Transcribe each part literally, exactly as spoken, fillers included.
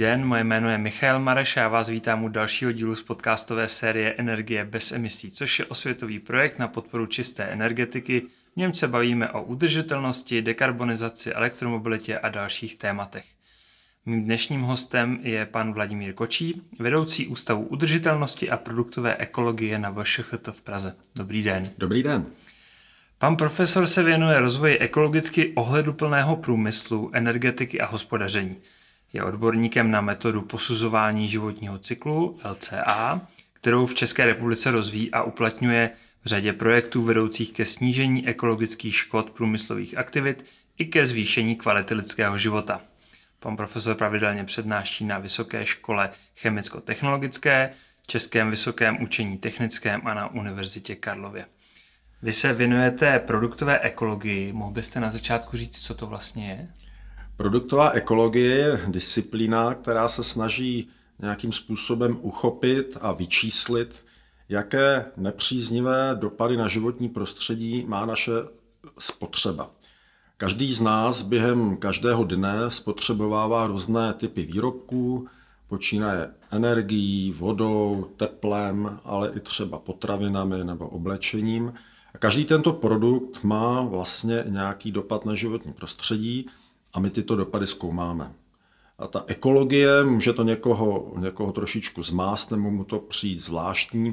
den, moje jméno je Michal Mareš a já vás vítám u dalšího dílu z podcastové série Energie bez emisí, což je osvětový projekt na podporu čisté energetiky. V něm se bavíme o udržitelnosti, dekarbonizaci, elektromobilitě a dalších tématech. Mým dnešním hostem je pan Vladimír Kočí, vedoucí Ústavu udržitelnosti a produktové ekologie na V Š Ch T v Praze. Dobrý den. Dobrý den. Pan profesor se věnuje rozvoji ekologicky ohleduplného průmyslu, energetiky a hospodaření. Je odborníkem na metodu posuzování životního cyklu L C A, kterou v České republice rozvíjí a uplatňuje v řadě projektů vedoucích ke snížení ekologických škod průmyslových aktivit i ke zvýšení kvality lidského života. Pan profesor pravidelně přednáší na Vysoké škole chemicko-technologické, Českém vysokém učení technickém a na Univerzitě Karlově. Vy se věnujete produktové ekologii. Mohl byste na začátku říct, co to vlastně je? Produktová ekologie je disciplína, která se snaží nějakým způsobem uchopit a vyčíslit, jaké nepříznivé dopady na životní prostředí má naše spotřeba. Každý z nás během každého dne spotřebovává různé typy výrobků, počínaje energií, vodou, teplem, ale i třeba potravinami nebo oblečením. A každý tento produkt má vlastně nějaký dopad na životní prostředí a my tyto dopady zkoumáme. A ta ekologie, může to někoho, někoho trošičku zmást, nebo mu to přijít zvláštní.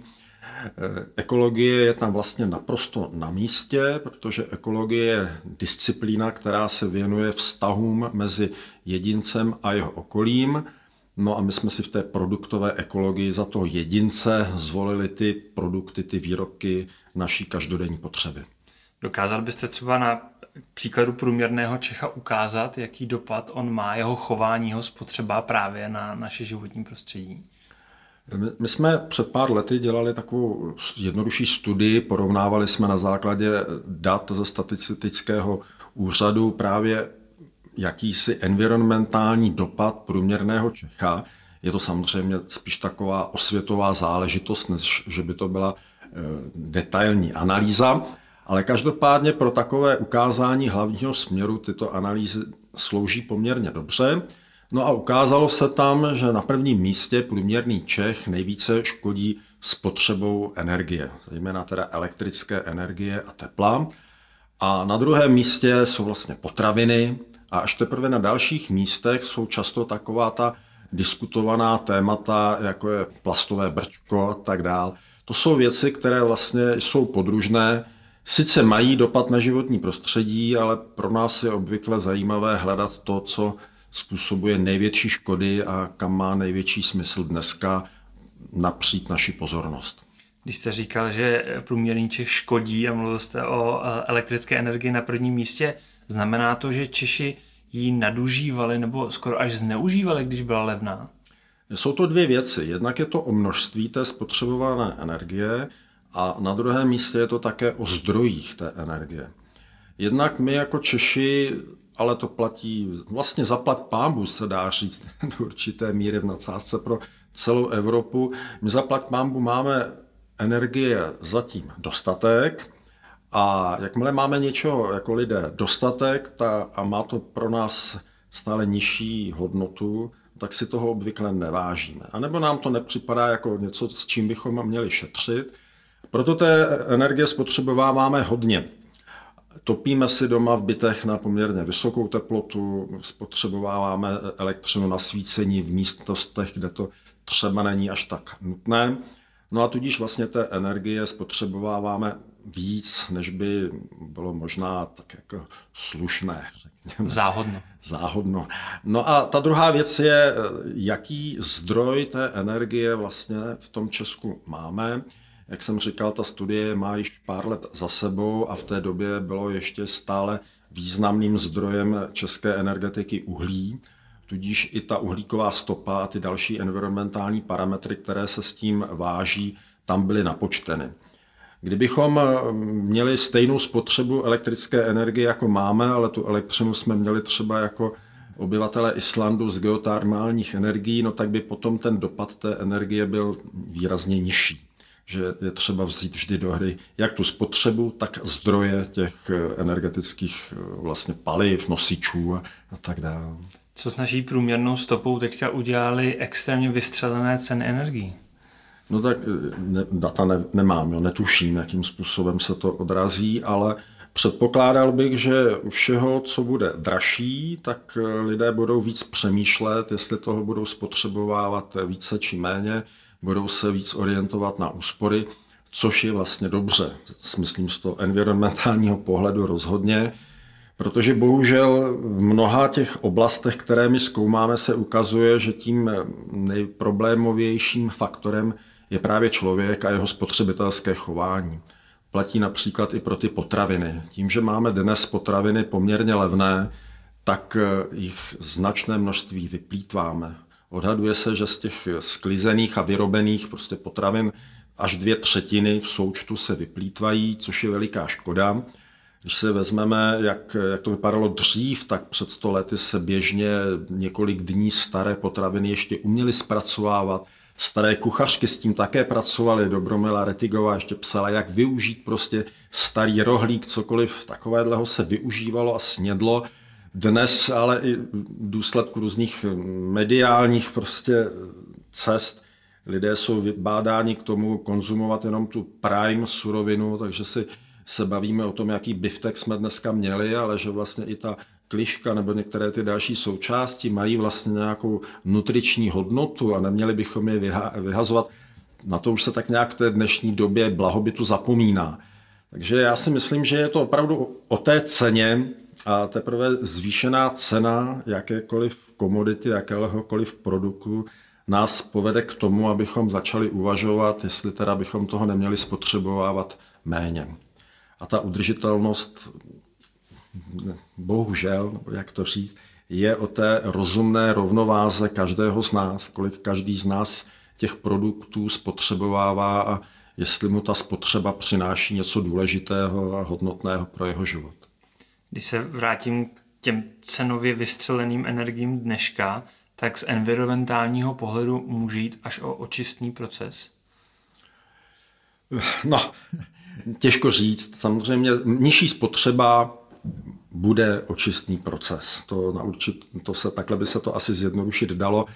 Ekologie je tam vlastně naprosto na místě, protože ekologie je disciplína, která se věnuje vztahům mezi jedincem a jeho okolím. No a my jsme si v té produktové ekologii za toho jedince zvolili ty produkty, ty výrobky naší každodenní potřeby. Dokázal byste třeba na příkladu průměrného Čecha ukázat, jaký dopad on má, jeho chování, jeho spotřeba právě na naše životní prostředí? My, my jsme před pár lety dělali takovou jednodušší studii, porovnávali jsme na základě dat ze statistického úřadu právě jakýsi environmentální dopad průměrného Čecha. Je to samozřejmě spíš taková osvětová záležitost, než že by to byla e, detailní analýza, ale každopádně pro takové ukázání hlavního směru tyto analýzy slouží poměrně dobře. No a ukázalo se tam, že na prvním místě průměrný Čech nejvíce škodí spotřebou energie, zejména teda elektrické energie a tepla. A na druhém místě jsou vlastně potraviny, a až teprve na dalších místech jsou často taková ta diskutovaná témata, jako je plastové brčko a tak dál. To jsou věci, které vlastně jsou podružné, sice mají dopad na životní prostředí, ale pro nás je obvykle zajímavé hledat to, co způsobuje největší škody a kam má největší smysl dneska napřít naši pozornost. Když jste říkal, že průměrný Čech škodí a mluvil jste o elektrické energii na prvním místě, znamená to, že Češi ji nadužívali nebo skoro až zneužívali, když byla levná? Jsou to dvě věci. Jednak je to o množství té spotřebované energie a na druhém místě je to také o zdrojích té energie. Jednak my jako Češi, ale to platí vlastně zaplať pánbůh, se dá říct do určité míry v nadsázce pro celou Evropu. My zaplať pánbůh máme energie zatím dostatek, a jakmile máme něčeho jako lidé dostatek ta, a má to pro nás stále nižší hodnotu, tak si toho obvykle nevážíme. A nebo nám to nepřipadá jako něco, s čím bychom měli šetřit. Proto té energie spotřebováváme hodně. Topíme si doma v bytech na poměrně vysokou teplotu, spotřebováváme elektřinu na svícení v místnostech, kde to třeba není až tak nutné. No a tudíž vlastně té energie spotřebováváme víc, než by bylo možná tak jako slušné. Řekněme. Záhodno. Záhodno. No a ta druhá věc je, jaký zdroj té energie vlastně v tom Česku máme. Jak jsem říkal, ta studie má již pár let za sebou a v té době bylo ještě stále významným zdrojem české energetiky uhlí. Tudíž i ta uhlíková stopa a ty další environmentální parametry, které se s tím váží, tam byly napočteny. Kdybychom měli stejnou spotřebu elektrické energie, jako máme, ale tu elektřinu jsme měli třeba jako obyvatele Islandu z geotermálních energií, no tak by potom ten dopad té energie byl výrazně nižší. Že je třeba vzít vždy do hry jak tu spotřebu, tak zdroje těch energetických vlastně paliv, nosičů a tak dále. Co s naší průměrnou stopou teďka udělali extrémně vystřelené ceny energií? No tak ne, data ne, nemám, jo, netuším, jakým způsobem se to odrazí, ale předpokládal bych, že u všeho, co bude dražší, tak lidé budou víc přemýšlet, jestli toho budou spotřebovávat více či méně, budou se víc orientovat na úspory, což je vlastně dobře, myslím z toho environmentálního pohledu rozhodně, protože bohužel v mnoha těch oblastech, které my zkoumáme, se ukazuje, že tím nejproblémovějším faktorem je právě člověk a jeho spotřebitelské chování. Platí například i pro ty potraviny. Tím, že máme dnes potraviny poměrně levné, tak jich značné množství vyplýtváme. Odhaduje se, že z těch sklizených a vyrobených prostě potravin až dvě třetiny v součtu se vyplýtvají, což je veliká škoda. Když se vezmeme, jak, jak to vypadalo dřív, tak před sto lety se běžně několik dní staré potraviny ještě uměly zpracovávat. Staré kuchařky s tím také pracovaly. Dobromila Retigová ještě psala, jak využít prostě starý rohlík, cokoliv takového se využívalo a snědlo. Dnes ale i v důsledku různých mediálních prostě cest lidé jsou vybádáni k tomu konzumovat jenom tu prime surovinu, takže si se bavíme o tom, jaký biftek jsme dneska měli, ale že vlastně i ta kliška nebo některé ty další součásti mají vlastně nějakou nutriční hodnotu a neměli bychom je vyhazovat. Na to už se tak nějak v té dnešní době blahobytu zapomíná. Takže já si myslím, že je to opravdu o té ceně a teprve zvýšená cena jakékoliv komodity, jakéhokoliv produktu nás povede k tomu, abychom začali uvažovat, jestli teda bychom toho neměli spotřebovávat méně. A ta udržitelnost, bohužel, jak to říct, je o té rozumné rovnováze každého z nás, kolik každý z nás těch produktů spotřebovává a jestli mu ta spotřeba přináší něco důležitého a hodnotného pro jeho život. Když se vrátím k těm cenově vystřeleným energiím dneška, tak z environmentálního pohledu může jít až o očistný proces? No, těžko říct. Samozřejmě nižší spotřeba bude očistný proces. To, naučit, to se, takhle by se to asi zjednodušit dalo.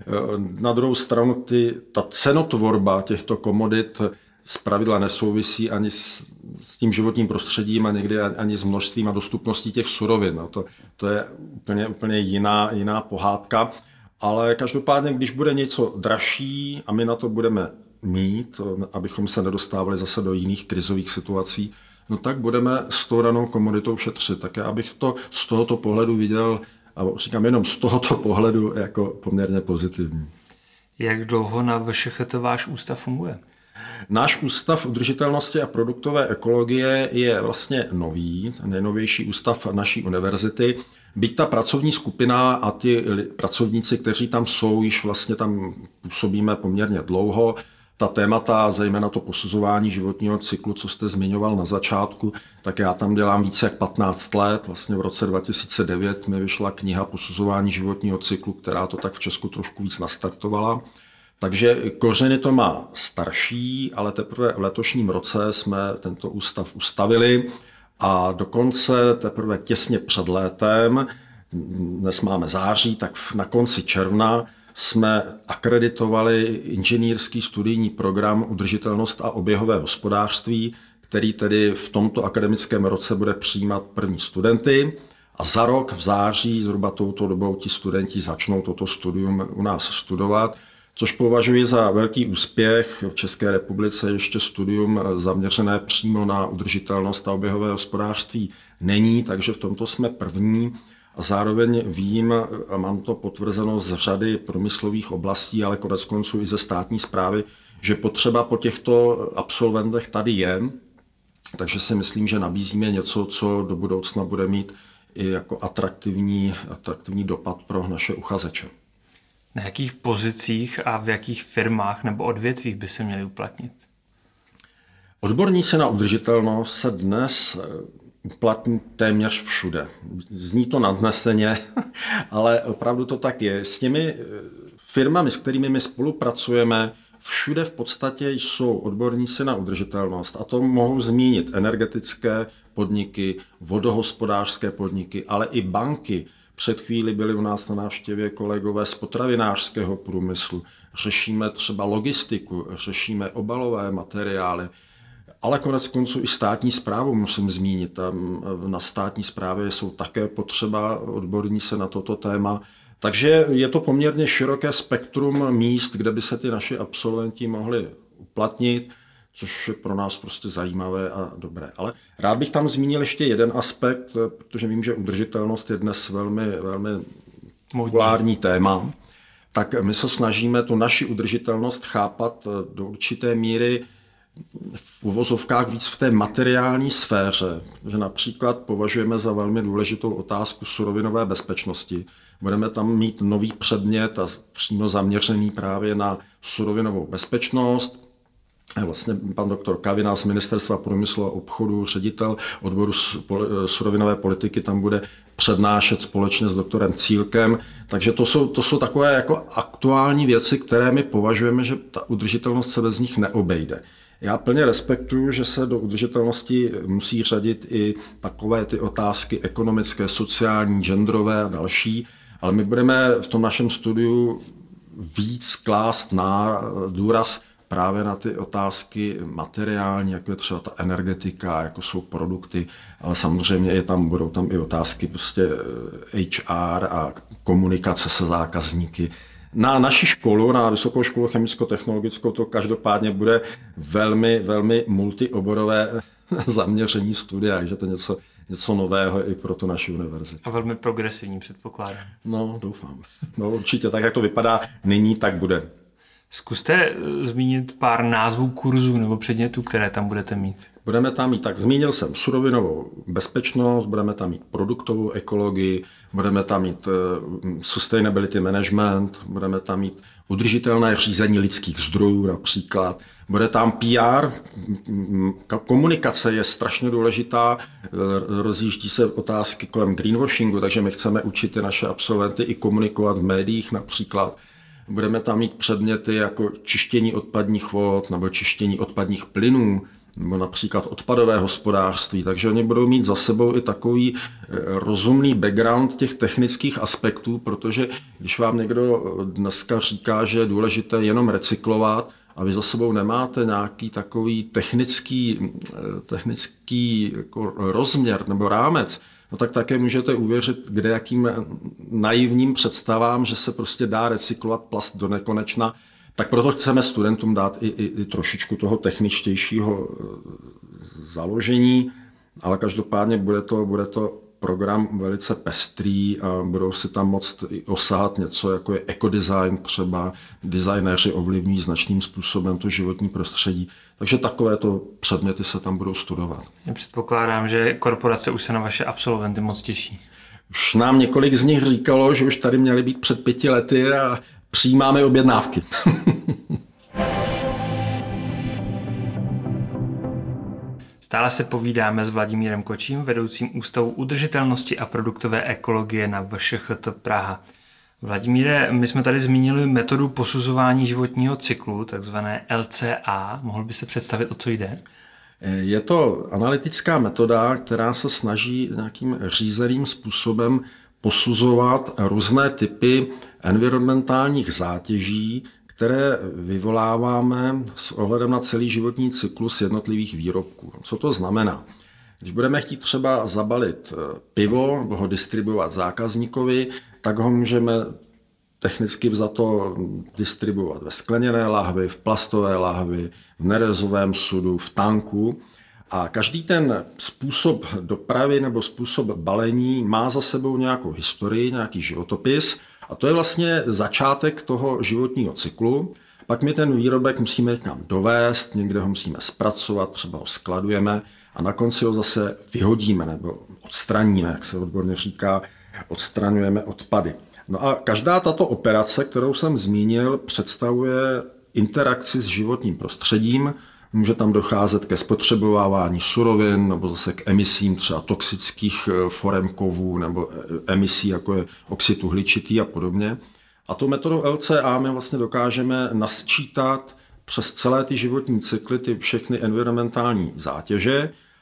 Na druhou stranu ty, ta cenotvorba těchto komodit zpravidla nesouvisí ani s, s tím životním prostředím a někdy ani s množstvím a dostupností těch surovin. No to, to je úplně, úplně jiná, jiná pohádka. Ale každopádně, když bude něco dražší a my na to budeme mít, abychom se nedostávali zase do jiných krizových situací, no tak budeme s tou danou komoditou šetřit. Tak já bych to z tohoto pohledu viděl, a říkám jenom z tohoto pohledu, jako poměrně pozitivní. Jak dlouho na V Š Ch T váš ústav funguje? Náš ústav udržitelnosti a produktové ekologie je vlastně nový, nejnovější ústav naší univerzity. Byť ta pracovní skupina a ty pracovníci, kteří tam jsou, již vlastně tam působíme poměrně dlouho. Ta témata, zejména to posuzování životního cyklu, co jste zmiňoval na začátku, tak já tam dělám více jak patnáct let. Vlastně v roce dva tisíce devět mi vyšla kniha Posuzování životního cyklu, která to tak v Česku trošku víc nastartovala. Takže kořeny to má starší, ale teprve v letošním roce jsme tento ústav ustavili a dokonce teprve těsně před létem, dnes máme září, tak na konci června jsme akreditovali inženýrský studijní program Udržitelnost a oběhové hospodářství, který tedy v tomto akademickém roce bude přijímat první studenty. A za rok v září, zhruba touto dobou, ti studenti začnou toto studium u nás studovat, což považuji za velký úspěch. V České republice ještě studium zaměřené přímo na udržitelnost a oběhové hospodářství není, takže v tomto jsme první. A zároveň vím, a mám to potvrzeno z řady průmyslových oblastí, ale konec konců i ze státní správy, že potřeba po těchto absolventech tady je. Takže si myslím, že nabízíme něco, co do budoucna bude mít i jako atraktivní, atraktivní dopad pro naše uchazeče. Na jakých pozicích a v jakých firmách nebo odvětvích by se měli uplatnit? Odborníci na udržitelnost se dnes uplatní téměř všude. Zní to nadneseně, ale opravdu to tak je. S těmi firmami, s kterými my spolupracujeme, všude v podstatě jsou odborníci na udržitelnost. A to mohou zmínit energetické podniky, vodohospodářské podniky, ale i banky, Před chvíli byli u nás na návštěvě kolegové z potravinářského průmyslu. Řešíme třeba logistiku, řešíme obalové materiály, ale konec konců i státní správu musím zmínit. Tam na státní správě jsou také potřeba odborníci na toto téma. Takže je to poměrně široké spektrum míst, kde by se ty naši absolventi mohli uplatnit, což je pro nás prostě zajímavé a dobré. Ale rád bych tam zmínil ještě jeden aspekt, protože vím, že udržitelnost je dnes velmi, velmi populární téma. Tak my se snažíme tu naši udržitelnost chápat do určité míry v uvozovkách víc v té materiální sféře, že například považujeme za velmi důležitou otázku surovinové bezpečnosti. Budeme tam mít nový předmět a přímo zaměřený právě na surovinovou bezpečnost. Vlastně pan doktor Kavina z Ministerstva průmyslu a obchodu, ředitel odboru surovinové politiky, tam bude přednášet společně s doktorem Cílkem. Takže to jsou, to jsou takové jako aktuální věci, které my považujeme, že ta udržitelnost se bez nich neobejde. Já plně respektuju, že se do udržitelnosti musí řadit i takové ty otázky ekonomické, sociální, genderové a další, ale my budeme v tom našem studiu víc klást na důraz právě na ty otázky materiální, jako je třeba ta energetika, jako jsou produkty, ale samozřejmě je tam, budou tam i otázky prostě H R a komunikace se zákazníky. Na naši školu, na Vysokou školu chemicko-technologickou, to každopádně bude velmi, velmi multioborové zaměření studia, takže to je něco, něco nového i pro tu naši univerzitu. A velmi progresivní, předpokládám. No, doufám. No určitě, tak jak to vypadá nyní, tak bude. Zkuste zmínit pár názvů kurzů nebo předmětů, které tam budete mít. Budeme tam mít, tak zmínil jsem surovinovou bezpečnost, budeme tam mít produktovou ekologii, budeme tam mít sustainability management, budeme tam mít udržitelné řízení lidských zdrojů například. Bude tam P R, komunikace je strašně důležitá, rozjíždí se otázky kolem greenwashingu, takže my chceme učit ty naše absolventy i komunikovat v médiích například. Budeme tam mít předměty jako čištění odpadních vod nebo čištění odpadních plynů, nebo například odpadové hospodářství, takže oni budou mít za sebou i takový rozumný background těch technických aspektů, protože když vám někdo dneska říká, že je důležité jenom recyklovat a vy za sebou nemáte nějaký takový technický, technický jako rozměr nebo rámec, no tak také můžete uvěřit kde jakým naivním představám, že se prostě dá recyklovat plast do nekonečna. Tak proto chceme studentům dát i, i, i trošičku toho techničtějšího založení, ale každopádně bude to, bude to program velice pestrý a budou si tam moct i osahat něco, jako je ekodesign třeba. Designéři ovlivní značným způsobem to životní prostředí. Takže takovéto předměty se tam budou studovat. Já předpokládám, že korporace už se na vaše absolventy moc těší. Už nám několik z nich říkalo, že už tady měli být před pěti lety a přijímáme objednávky. Stále se povídáme s Vladimírem Kočím, vedoucím Ústavu udržitelnosti a produktové ekologie na V Š Ch T Praha. Vladimíre, my jsme tady zmínili metodu posuzování životního cyklu, takzvané L C A. Mohl byste představit, o co jde? Je to analytická metoda, která se snaží nějakým řízeným způsobem posuzovat různé typy environmentálních zátěží, které vyvoláváme s ohledem na celý životní cyklus jednotlivých výrobků. Co to znamená? Když budeme chtít třeba zabalit pivo nebo ho distribuovat zákazníkovi, tak ho můžeme technicky vzato distribuovat ve skleněné lahvi, v plastové lahvi, v nerezovém sudu, v tanku. A každý ten způsob dopravy nebo způsob balení má za sebou nějakou historii, nějaký životopis a to je vlastně začátek toho životního cyklu. Pak my ten výrobek musíme někam dovést, někde ho musíme zpracovat, třeba ho skladujeme a na konci ho zase vyhodíme nebo odstraníme, jak se odborně říká, odstraňujeme odpady. No a každá tato operace, kterou jsem zmínil, představuje interakci s životním prostředím. Může tam docházet ke spotřebovávání surovin nebo zase k emisím třeba toxických forem kovů nebo emisí, jako je oxid uhličitý a podobně. A tou metodou L C A my vlastně dokážeme nasčítat přes celé ty životní cykly ty všechny environmentální zátěže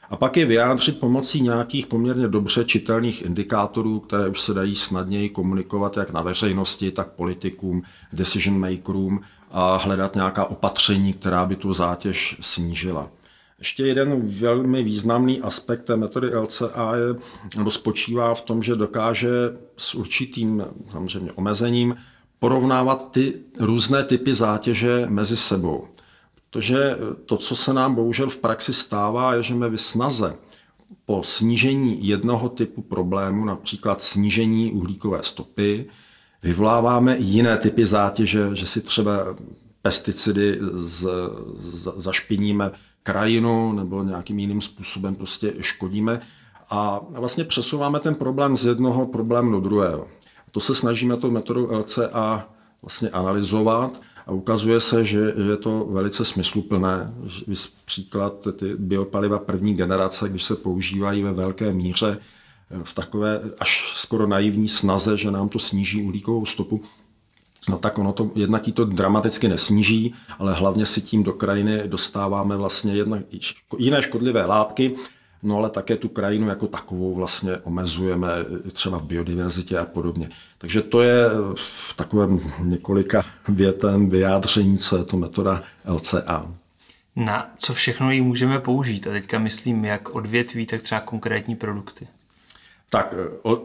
A pak je vyjádřit pomocí nějakých poměrně dobře čitelných indikátorů, které už se dají snadněji komunikovat jak na veřejnosti, tak politikům, decision makerům a hledat nějaká opatření, která by tu zátěž snížila. Ještě jeden velmi významný aspekt té metody L C A je, nebo spočívá v tom, že dokáže s určitým samozřejmě omezením porovnávat ty různé typy zátěže mezi sebou. Protože to, co se nám bohužel v praxi stává, je, že my v snaze po snížení jednoho typu problému, například snížení uhlíkové stopy, vyvoláváme jiné typy zátěže, že si třeba pesticidy z, z, zašpiníme krajinu nebo nějakým jiným způsobem prostě škodíme a vlastně přesouváme ten problém z jednoho problému do druhého. A to se snažíme tou metodou L C A vlastně analyzovat a ukazuje se, že je to velice smysluplné. Příklad ty biopaliva první generace, když se používají ve velké míře v takové až skoro naivní snaze, že nám to sníží uhlíkovou stopu, no tak ono to jednak jí to dramaticky nesníží, ale hlavně si tím do krajiny dostáváme vlastně jedna, jiné škodlivé látky, no ale také tu krajinu jako takovou vlastně omezujeme třeba v biodiverzitě a podobně. Takže to je v takovém několika větem vyjádření, co je to metoda L C A. Na co všechno ji můžeme použít? A teďka myslím jak odvětví, tak třeba konkrétní produkty. Tak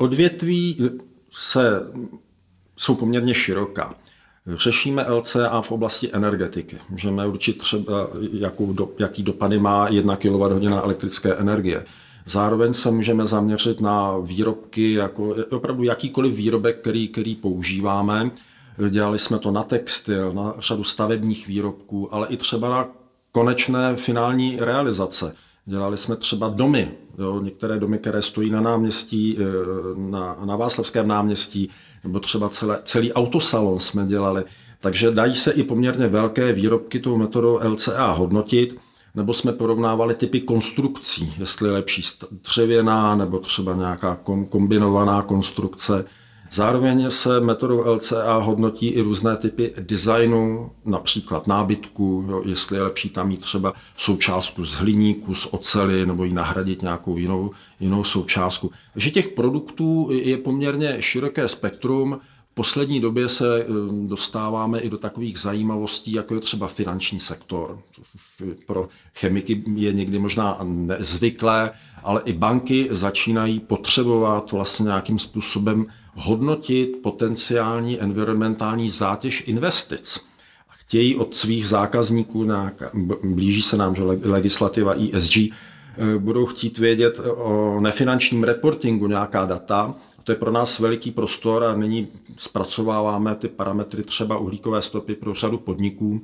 odvětví se, jsou poměrně široká. Řešíme L C A v oblasti energetiky. Můžeme určit třeba, jakou do, jaký dopady má jedna kilowatthodina elektrické energie. Zároveň se můžeme zaměřit na výrobky, jako opravdu jakýkoliv výrobek, který, který používáme. Dělali jsme to na textil, na řadu stavebních výrobků, ale i třeba na konečné finální realizace. Dělali jsme třeba domy, jo, některé domy, které stojí na náměstí, na, na Václavském náměstí, nebo třeba celé, celý autosalon jsme dělali. Takže dají se i poměrně velké výrobky tou metodou L C A hodnotit, nebo jsme porovnávali typy konstrukcí, jestli je lepší dřevěná, nebo třeba nějaká kombinovaná konstrukce. Zároveň se metodou L C A hodnotí i různé typy designu, například nábytku, jo, jestli je lepší tam mít třeba součástku z hliníku, z oceli, nebo ji nahradit nějakou jinou, jinou součástku. Takže těch produktů je poměrně široké spektrum. V poslední době se dostáváme i do takových zajímavostí, jako je třeba finanční sektor, což pro chemiky je někdy možná nezvyklé, ale i banky začínají potřebovat vlastně nějakým způsobem hodnotit potenciální environmentální zátěž investic. Chtějí od svých zákazníků, nějaká, blíží se nám že legislativa E S G, budou chtít vědět o nefinančním reportingu nějaká data. To je pro nás veliký prostor a nyní zpracováváme ty parametry třeba uhlíkové stopy pro řadu podniků,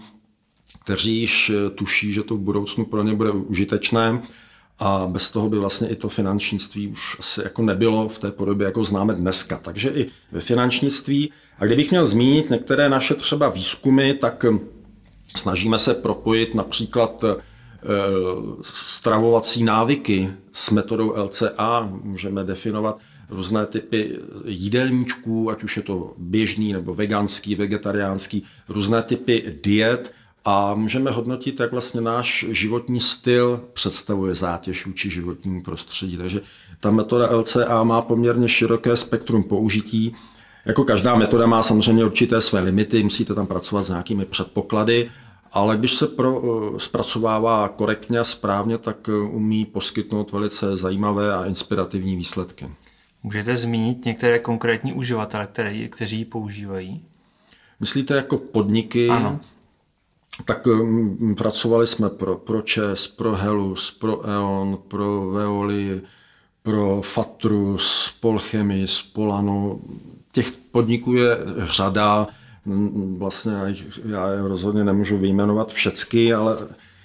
kteří již tuší, že to v budoucnu pro ně bude užitečné. A bez toho by vlastně i to finančnictví už asi jako nebylo v té podobě, jako známe dneska. Takže i ve finančnictví. A kdybych měl zmínit některé naše třeba výzkumy, tak snažíme se propojit například stravovací návyky s metodou L C A. Můžeme definovat různé typy jídelníčků, ať už je to běžný nebo veganský, vegetariánský, různé typy diet. A můžeme hodnotit, jak vlastně náš životní styl představuje zátěž vůči životnímu prostředí. Takže ta metoda L C A má poměrně široké spektrum použití. Jako každá metoda má samozřejmě určité své limity, musíte tam pracovat s nějakými předpoklady, ale když se pro, zpracovává korektně a správně, tak umí poskytnout velice zajímavé a inspirativní výsledky. Můžete zmínit některé konkrétní uživatele, které, kteří ji používají? Myslíte jako podniky? Ano. Tak um, pracovali jsme pro, pro ČEZ, pro Helus, pro E.ON, pro Veolia, pro Fatrus, Polchemii, Polano. Těch podniků je řada, vlastně já je rozhodně nemůžu vyjmenovat všecky, ale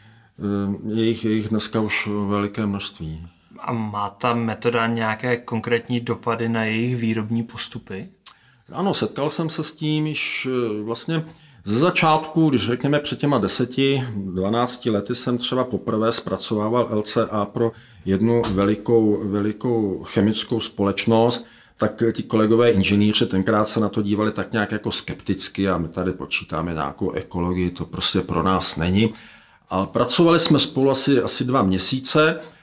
je jich, je jich dneska už veliké množství. A má ta metoda nějaké konkrétní dopady na jejich výrobní postupy? Ano, setkal jsem se s tím již vlastně ze začátku, když řekněme před těma deseti, dvanácti lety jsem třeba poprvé zpracovával L C A pro jednu velikou, velikou chemickou společnost, tak ti kolegové inženýři tenkrát se na to dívali tak nějak jako skepticky a my tady počítáme nějakou ekologii, to prostě pro nás není. Ale pracovali jsme spolu asi, asi dva měsíce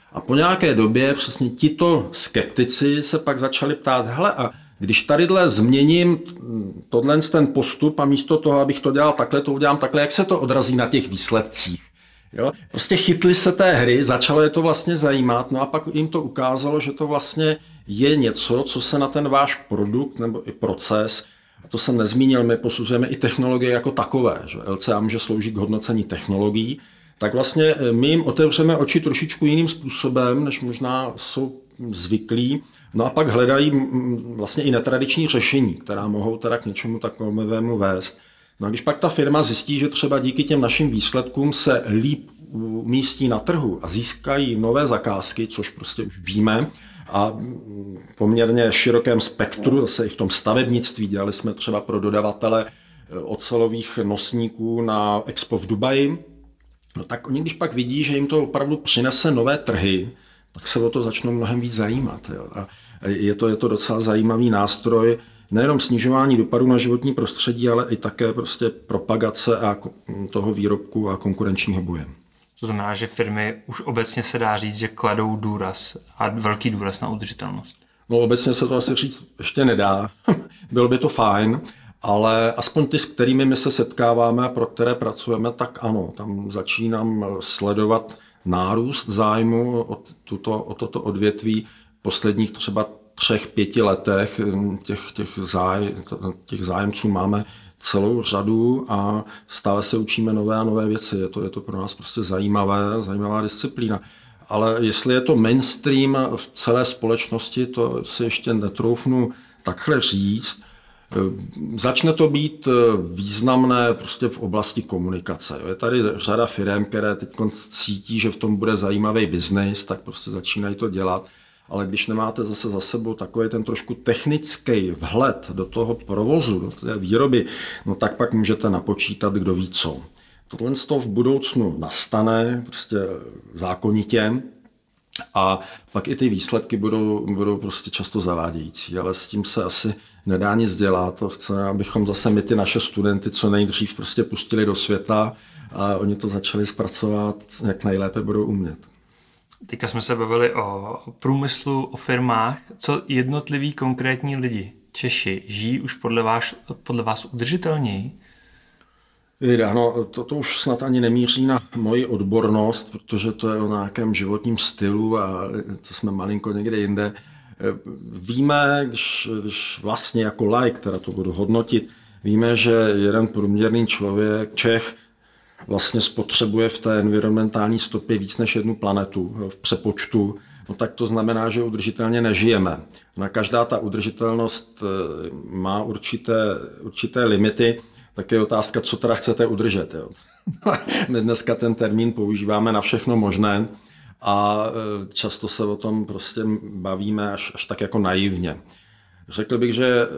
A po nějaké době přesně tito skeptici se pak začali ptát, hele, a když tadyhle změním tohle ten postup a místo toho, abych to dělal takhle, to udělám takhle, jak se to odrazí na těch výsledcích? Jo? Prostě chytli se té hry, začalo je to vlastně zajímat, no a pak jim to ukázalo, že to vlastně je něco, co se na ten váš produkt nebo i proces, a to jsem nezmínil, my posuzujeme i technologie jako takové, že L C A může sloužit k hodnocení technologií, tak vlastně my jim otevřeme oči trošičku jiným způsobem, než možná jsou zvyklí, no a pak hledají vlastně i netradiční řešení, která mohou teda k něčemu takovému vést. No a když pak ta firma zjistí, že třeba díky těm našim výsledkům se líp umístí na trhu a získají nové zakázky, což prostě už víme, a poměrně širokém spektru, zase i v tom stavebnictví, dělali jsme třeba pro dodavatele ocelových nosníků na Expo v Dubaji, no tak oni když pak vidí, že jim to opravdu přinese nové trhy, tak se o to začnou mnohem víc zajímat. Jo. A je to, je to docela zajímavý nástroj, nejenom snižování dopadů na životní prostředí, ale i také prostě propagace a toho výrobku a konkurenčního boje. To znamená, že firmy už obecně se dá říct, že kladou důraz a velký důraz na udržitelnost. No obecně se to asi říct ještě nedá. Bylo by to fajn, ale aspoň ty, s kterými my se setkáváme a pro které pracujeme, tak ano, tam začínám sledovat nárůst zájmu o, tuto, o toto odvětví v posledních třeba třech, pěti letech. Těch, těch, záj, těch zájemců máme celou řadu a stále se učíme nové a nové věci. Je to, je to pro nás prostě zajímavé, zajímavá disciplína. Ale jestli je to mainstream v celé společnosti, to si ještě netroufnu takhle říct. Začne to být významné prostě v oblasti komunikace. Je tady řada firem, které teď cítí, že v tom bude zajímavý biznis, tak prostě začínají to dělat. Ale když nemáte zase za sebou takový ten trošku technický vhled do toho provozu, do té výroby, no tak pak můžete napočítat, kdo ví co. Tohle v budoucnu nastane prostě zákonitě a pak i ty výsledky budou, budou prostě často zavádějící, ale s tím se asi nedá nic dělat. To chce, abychom zase my ty naše studenty co nejdřív prostě pustili do světa a oni to začali zpracovat, jak nejlépe budou umět. Teďka jsme se bavili o průmyslu, o firmách. Co jednotliví konkrétní lidi, Češi, žijí už podle vás, podle vás udržitelněji? Ano, to, to už snad ani nemíří na moji odbornost, protože to je o nějakém životním stylu a to jsme malinko někde jinde. Víme, když, když vlastně jako laik, teda to budu hodnotit, víme, že jeden průměrný člověk, Čech, vlastně spotřebuje v té environmentální stopě víc než jednu planetu v přepočtu, no tak to znamená, že udržitelně nežijeme. Na každá ta udržitelnost má určité, určité limity, tak je otázka, co teda chcete udržet. Jo. My dneska ten termín používáme na všechno možné a často se o tom prostě bavíme až, až tak jako naivně. Řekl bych, že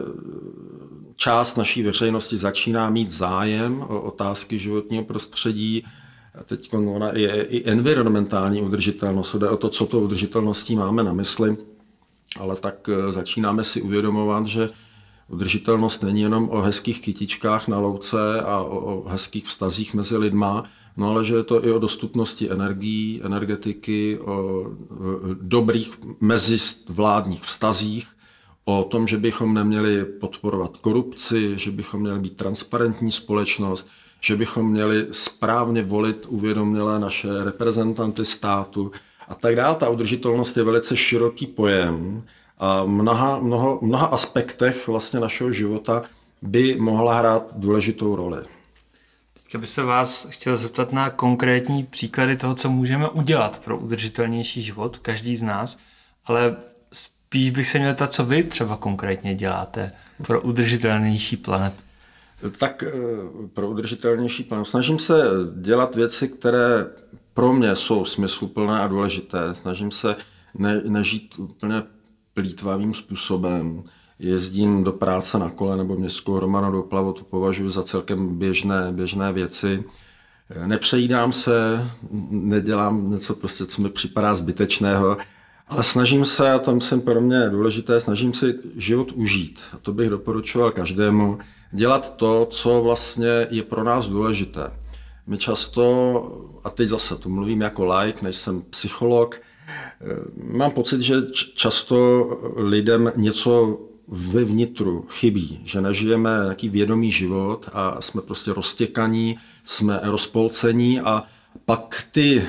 část naší veřejnosti začíná mít zájem o otázky životního prostředí. A teď ona je i environmentální udržitelnost. Jde o to, co to udržitelností máme na mysli, ale tak začínáme si uvědomovat, že udržitelnost není jenom o hezkých kytičkách na louce a o, o hezkých vztazích mezi lidma, no ale že je to i o dostupnosti energií, energetiky, o dobrých mezivládních vztazích, o tom, že bychom neměli podporovat korupci, že bychom měli být transparentní společnost, že bychom měli správně volit uvědomělé naše reprezentanty státu a tak dále. Ta udržitelnost je velice široký pojem a mnoha, mnoho, mnoha aspektech vlastně našeho života by mohla hrát důležitou roli. Teďka bych se vás chtěl zeptat na konkrétní příklady toho, co můžeme udělat pro udržitelnější život, každý z nás, ale spíš bych se měl ptát, co vy třeba konkrétně děláte pro udržitelnější planetu. Tak pro udržitelnější planetu. Snažím se dělat věci, které pro mě jsou smysluplné a důležité. Snažím se ne, nežít úplně plýtvavým způsobem. Jezdím do práce na kole nebo městskou hromadu dopravu, to považuji za celkem běžné, běžné věci. Nepřejídám se, nedělám něco, prostě, co mi připadá zbytečného, ale snažím se, a to myslím pro mě důležité, snažím si život užít. A to bych doporučoval každému. Dělat to, co vlastně je pro nás důležité. My často, a teď zase tu mluvím jako laik, než jsem psycholog, Mám pocit, že často lidem něco ve vnitru chybí, že nežijeme nějaký vědomý život a jsme prostě roztěkaní, jsme rozpolcení a pak ty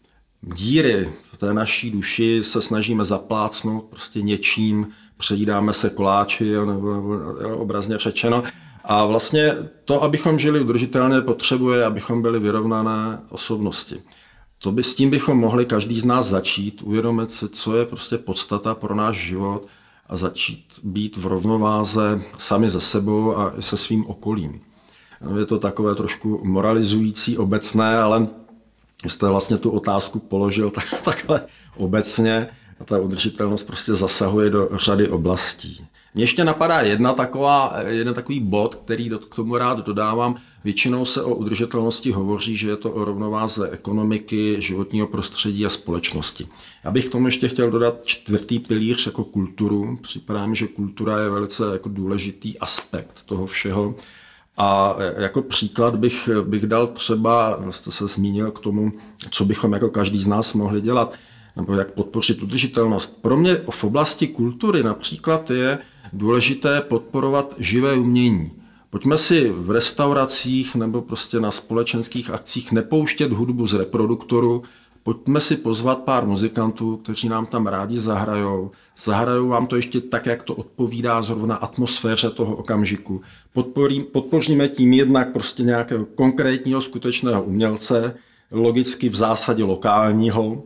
díry v té naší duši se snažíme zaplácnout prostě něčím, přejídáme se koláči, nebo, nebo obrazně řečeno. A vlastně to, abychom žili udržitelně, potřebuje, abychom byli vyrovnané osobnosti. To by, s tím bychom mohli každý z nás začít, uvědomit si, co je prostě podstata pro náš život a začít být v rovnováze sami se sebou a se svým okolím. Je to takové trošku moralizující, obecné, ale jste vlastně tu otázku položil tak, takhle obecně a ta udržitelnost prostě zasahuje do řady oblastí. Mně ještě napadá jedna taková, jeden takový bod, který k tomu rád dodávám. Většinou se o udržitelnosti hovoří, že je to o rovnováze ekonomiky, životního prostředí a společnosti. Já bych k tomu ještě chtěl dodat čtvrtý pilíř jako kulturu. Připadá mi, že kultura je velice jako důležitý aspekt toho všeho. A jako příklad bych, bych dal třeba, jste se zmínil k tomu, co bychom jako každý z nás mohli dělat, nebo jak podpořit udržitelnost. Pro mě v oblasti kultury například je důležité podporovat živé umění. Pojďme si v restauracích nebo prostě na společenských akcích nepouštět hudbu z reproduktoru, pojďme si pozvat pár muzikantů, kteří nám tam rádi zahrajou. Zahrajou vám to ještě tak, jak to odpovídá zrovna atmosféře toho okamžiku. Podporí, podpoříme tím jednak prostě nějakého konkrétního skutečného umělce, logicky v zásadě lokálního,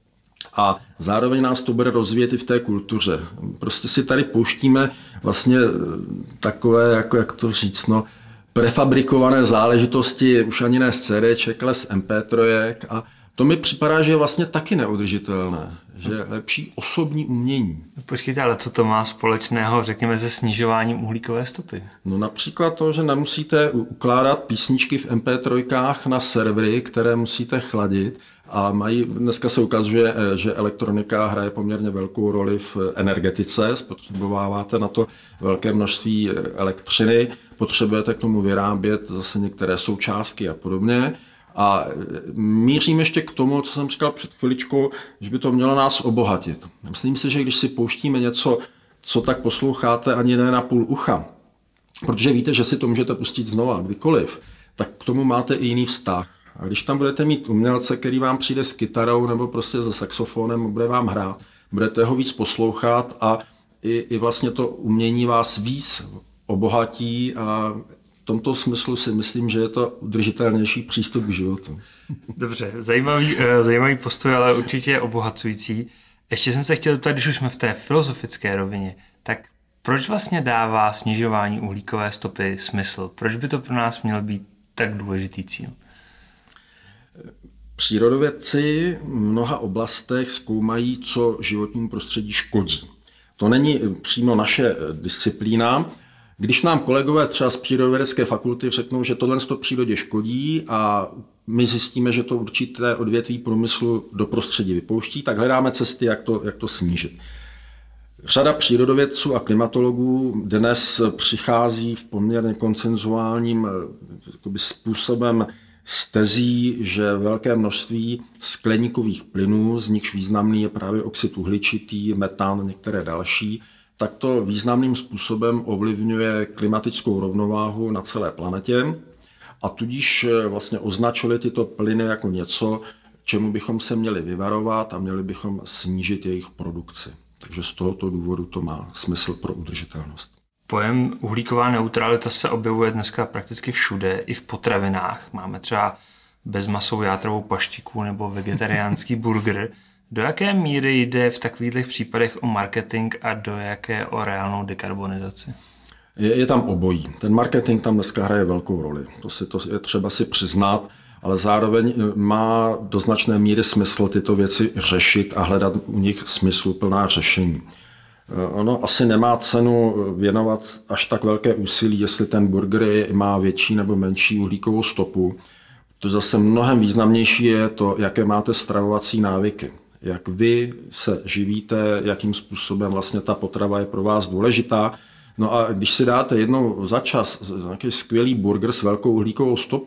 a zároveň nás to bude rozvíjet i v té kultuře. Prostě si tady pouštíme vlastně takové, jako jak to říct, no, prefabrikované záležitosti, už ani ne z CDček, ale z em pé tři a to mi připadá, že je vlastně taky neudržitelné, že je lepší osobní umění. Počkejte, ale co to má společného, řekněme, se snižováním uhlíkové stopy? No například to, že nemusíte ukládat písničky v em pé tři na servery, které musíte chladit a mají, dneska se ukazuje, že elektronika hraje poměrně velkou roli v energetice, spotřebováváte na to velké množství elektřiny, potřebujete k tomu vyrábět zase některé součástky a podobně. A mířím ještě k tomu, co jsem říkal před chviličkou, že by to mělo nás obohatit. Myslím si, že když si pouštíme něco, co tak posloucháte ani ne na půl ucha, protože víte, že si to můžete pustit znova, kdykoliv, tak k tomu máte i jiný vztah. A když tam budete mít umělce, který vám přijde s kytarou nebo prostě se saxofonem, bude vám hrát, budete ho víc poslouchat a i, i vlastně to umění vás víc obohatí a v tomto smyslu si myslím, že je to udržitelnější přístup k životu. Dobře, zajímavý, zajímavý postoj, ale určitě obohacující. Ještě jsem se chtěl zeptat, když už jsme v té filozofické rovině, tak proč vlastně dává snižování uhlíkové stopy smysl? Proč by to pro nás měl být tak důležitý cíl? Přírodovědci v mnoha oblastech zkoumají, co životnímu prostředí škodí. To není přímo naše disciplína. Když nám kolegové třeba z přírodovědecké fakulty řeknou, že tohle to přírodě škodí a my zjistíme, že to určité odvětví průmyslu do prostředí vypouští, tak hledáme cesty, jak to, jak to snížit. Řada přírodovědců a klimatologů dnes přichází v poměrně konsenzuálním způsobem s tezí, že velké množství skleníkových plynů, z nichž významný je právě oxid uhličitý, metan, některé další, tak to významným způsobem ovlivňuje klimatickou rovnováhu na celé planetě a tudíž vlastně označili tyto plyny jako něco, čemu bychom se měli vyvarovat a měli bychom snížit jejich produkci. Takže z tohoto důvodu to má smysl pro udržitelnost. Pojem uhlíková neutralita se objevuje dneska prakticky všude, i v potravinách. Máme třeba bezmasovou játrovou paštiku nebo vegetariánský burger. Do jaké míry jde v takových případech o marketing a do jaké o reálnou dekarbonizaci? Je, je tam obojí. Ten marketing tam dneska hraje velkou roli. To, si, to je třeba si přiznat, ale zároveň má do značné míry smysl tyto věci řešit a hledat u nich smysluplná řešení. Ono asi nemá cenu věnovat až tak velké úsilí, jestli ten burger má větší nebo menší uhlíkovou stopu. To zase mnohem významnější je to, jaké máte stravovací návyky. Jak vy se živíte, jakým způsobem vlastně ta potrava je pro vás důležitá. No a když si dáte jednou za čas nějaký skvělý burger s velkou uhlíkovou stopou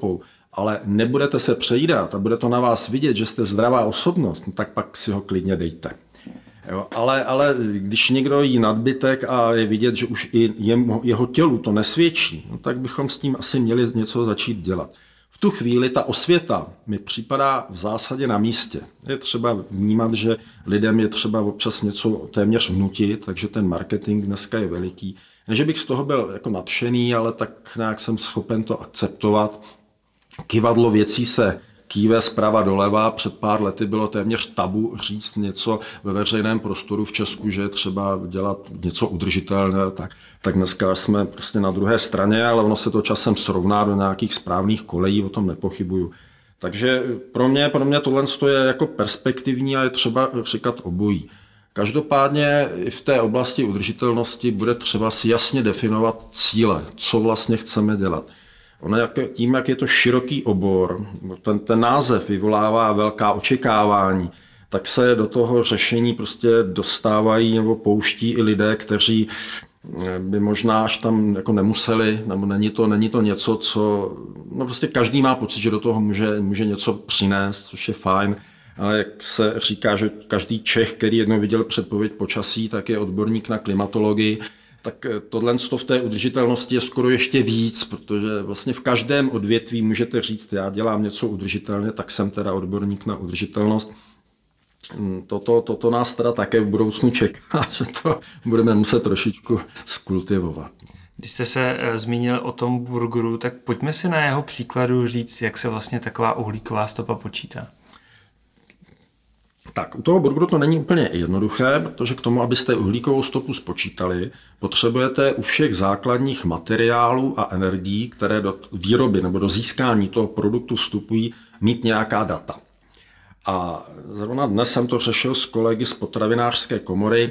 ale nebudete se přejídat a bude to na vás vidět, že jste zdravá osobnost, no tak pak si ho klidně dejte. Jo, ale, ale když někdo jí nadbytek a je vidět, že už i jeho, jeho tělu to nesvědčí, no tak bychom s tím asi měli něco začít dělat. V tu chvíli ta osvěta mi připadá v zásadě na místě. Je třeba vnímat, že lidem je třeba občas něco téměř vnutit, takže ten marketing dneska je veliký. Ne, že bych z toho byl jako nadšený, ale tak nějak jsem schopen to akceptovat. Kyvadlo věcí se kýve zprava doleva. Před pár lety bylo téměř tabu říct něco ve veřejném prostoru v Česku, že je třeba dělat něco udržitelné, tak, tak dneska jsme prostě na druhé straně, ale ono se to časem srovná do nějakých správných kolejí, o tom nepochybuju. Takže pro mě, pro mě tohle je jako perspektivní a je třeba říkat obojí. Každopádně i v té oblasti udržitelnosti bude třeba si jasně definovat cíle, co vlastně chceme dělat. Ono jak, tím, jak je to široký obor, ten, ten název vyvolává velká očekávání, tak se do toho řešení prostě dostávají nebo pouští i lidé, kteří by možná až tam jako nemuseli, nebo není to, není to něco, co... No prostě každý má pocit, že do toho může, může něco přinést, což je fajn, ale jak se říká, že každý Čech, který jednou viděl předpověď počasí, tak je odborník na klimatologii, tak tohle v té udržitelnosti je skoro ještě víc, protože vlastně v každém odvětví můžete říct, já dělám něco udržitelně, tak jsem teda odborník na udržitelnost. Toto, toto nás teda také v budoucnu čeká, že to budeme muset trošičku skultivovat. Když jste se zmínil o tom burgeru, tak pojďme si na jeho příkladu říct, jak se vlastně taková uhlíková stopa počítá. Tak, u toho burgeru to není úplně jednoduché, protože k tomu, abyste uhlíkovou stopu spočítali, potřebujete u všech základních materiálů a energií, které do výroby nebo do získání toho produktu vstupují, mít nějaká data. A zrovna dnes jsem to řešil s kolegy z potravinářské komory.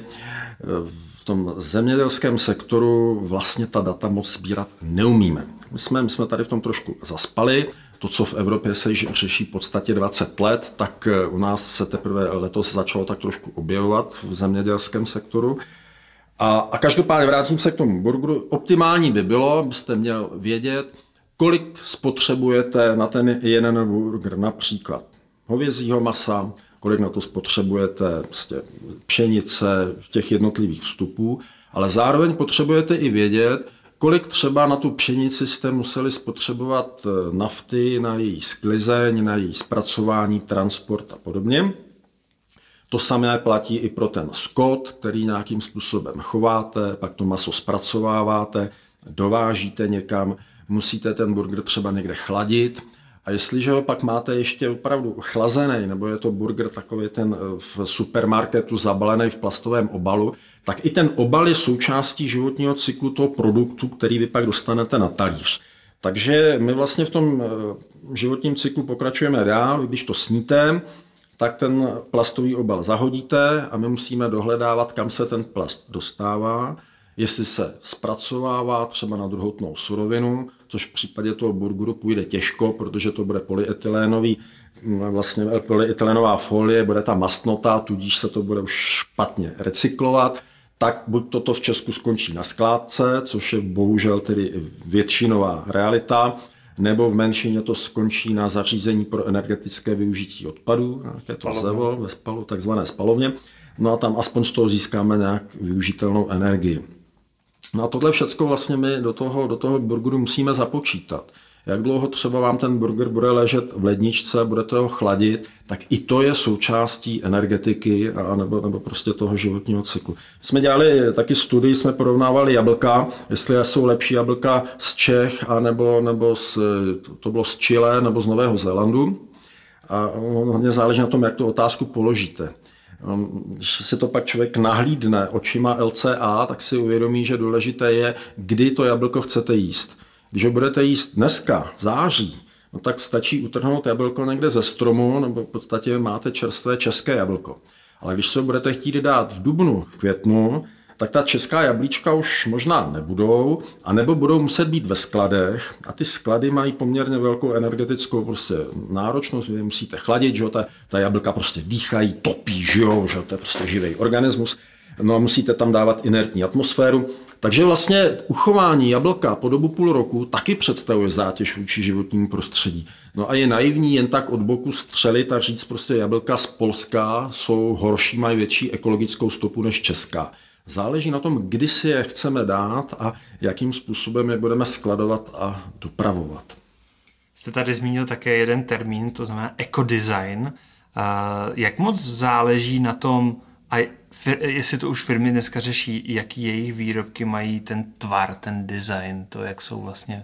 V tom zemědělském sektoru vlastně ta data moc sbírat neumíme. My jsme, my jsme tady v tom trošku zaspali. To, co v Evropě se již řeší v podstatě dvacet let, tak u nás se teprve letos začalo tak trošku objevovat v zemědělském sektoru. A, a každopádně vrátím se k tomu burgeru. Optimální by bylo, byste měl vědět, kolik spotřebujete na ten jeden burger, například hovězího masa, kolik na to spotřebujete prostě pšenice, těch jednotlivých vstupů, ale zároveň potřebujete i vědět, kolik třeba na tu pšenici jste museli spotřebovat nafty, na její sklizeň, na její zpracování, transport a podobně. To samé platí i pro ten skot, který nějakým způsobem chováte, pak to maso zpracováváte, dovážíte někam, musíte ten burger třeba někde chladit. A jestliže ho pak máte ještě opravdu chlazený, nebo je to burger takový ten v supermarketu zabalený v plastovém obalu, tak i ten obal je součástí životního cyklu toho produktu, který vy pak dostanete na talíř. Takže my vlastně v tom životním cyklu pokračujeme dál, když to sníte, tak ten plastový obal zahodíte a my musíme dohledávat, kam se ten plast dostává, jestli se zpracovává třeba na druhotnou surovinu, což v případě toho burgeru půjde těžko, protože to bude polyetylénový, vlastně polyetylénová folie, bude ta mastnota, tudíž se to bude už špatně recyklovat, tak buď toto v Česku skončí na skládce, což je bohužel tedy většinová realita, nebo v menšině to skončí na zařízení pro energetické využití odpadů, nějaké to zevo, ve spalu, takzvané spalovně, no a tam aspoň z toho získáme nějak využitelnou energii. No a tohle všechno vlastně my do toho, do toho burgeru musíme započítat. Jak dlouho třeba vám ten burger bude ležet v ledničce, budete ho chladit, tak i to je součástí energetiky a nebo, nebo prostě toho životního cyklu. Jsme dělali taky studii, jsme porovnávali jablka, jestli jsou lepší jablka z Čech, a nebo, nebo z, to bylo z Chile nebo z Nového Zélandu. A hodně záleží na tom, jak tu otázku položíte. Když si to pak člověk nahlídne očima L C A, tak si uvědomí, že důležité je, kdy to jablko chcete jíst. Když ho budete jíst dneska, v září, no tak stačí utrhnout jablko někde ze stromu, nebo v podstatě máte čerstvé české jablko. Ale když se ho budete chtít dát v dubnu, v květnu, tak ta česká jablíčka už možná nebudou, anebo budou muset být ve skladech a ty sklady mají poměrně velkou energetickou prostě náročnost, vy musíte chladit, že jo, ta, ta jablka prostě dýchají, topí, že jo, že to je prostě živý organismus. No a musíte tam dávat inertní atmosféru. Takže vlastně uchování jablka po dobu půl roku taky představuje zátěž vůči životnímu prostředí. No a je naivní jen tak od boku střelit a říct prostě jablka z Polska jsou horší, mají větší ekologickou stopu než česká. Záleží na tom, kdy si je chceme dát a jakým způsobem je budeme skladovat a dopravovat. Jste tady zmínil také jeden termín, to znamená ekodesign. Jak moc záleží na tom, a jestli to už firmy dneska řeší, jaký jejich výrobky mají ten tvar, ten design, to, jak jsou vlastně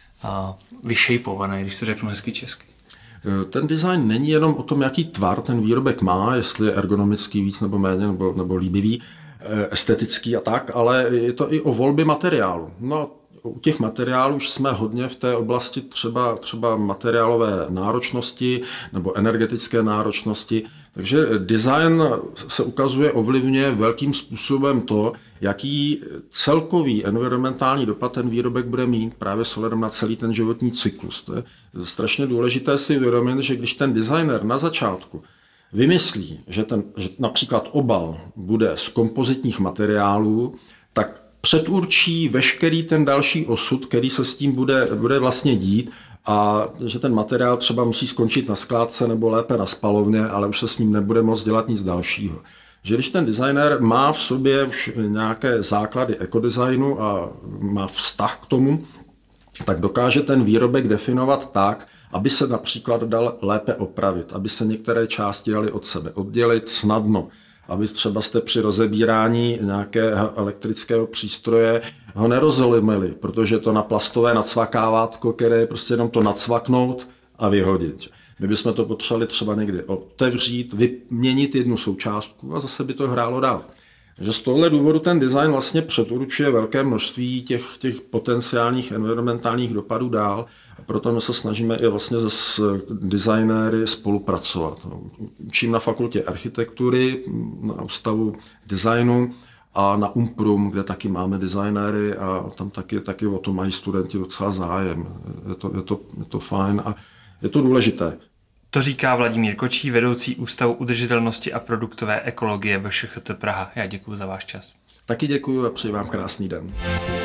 vyšejpované, když to řeknu hezky česky. Ten design není jenom o tom, jaký tvar ten výrobek má, jestli je ergonomický víc nebo méně, nebo, nebo líbivý, estetický a tak, ale je to i o volbě materiálu. No, u těch materiálů už jsme hodně v té oblasti třeba, třeba materiálové náročnosti nebo energetické náročnosti. Takže design se ukazuje ovlivňuje velkým způsobem to, jaký celkový environmentální dopad ten výrobek bude mít právě s ohledem na celý ten životní cyklus. To je strašně důležité si uvědomit, že když ten designer na začátku vymyslí, že, ten, že například obal bude z kompozitních materiálů, tak předurčí veškerý ten další osud, který se s tím bude, bude vlastně dít a že ten materiál třeba musí skončit na skládce nebo lépe na spalovně, ale už se s ním nebude moct dělat nic dalšího. Že když ten designer má v sobě už nějaké základy ekodesignu a má vztah k tomu, tak dokáže ten výrobek definovat tak, aby se například dal lépe opravit, aby se některé části daly od sebe oddělit snadno, aby třeba jste při rozebírání nějakého elektrického přístroje ho nerozlomili, protože to na plastové nacvakávátko, které je prostě jenom to nacvaknout a vyhodit. My bychom to potřebovali třeba někdy otevřít, vyměnit jednu součástku a zase by to hrálo dál. Takže z tohle důvodu ten design vlastně předurčuje velké množství těch, těch potenciálních environmentálních dopadů dál. A proto my se snažíme i vlastně s designéry spolupracovat. Učím na fakultě architektury, na ústavu designu a na Umprum, kde taky máme designéry a tam taky, taky o to mají studenti docela zájem. Je to, je to, je to fajn a je to důležité. To říká Vladimír Kočí, vedoucí Ústavu udržitelnosti a produktové ekologie V Š Ch T Praha. Já děkuji za váš čas. Taky děkuji a přeji vám krásný den.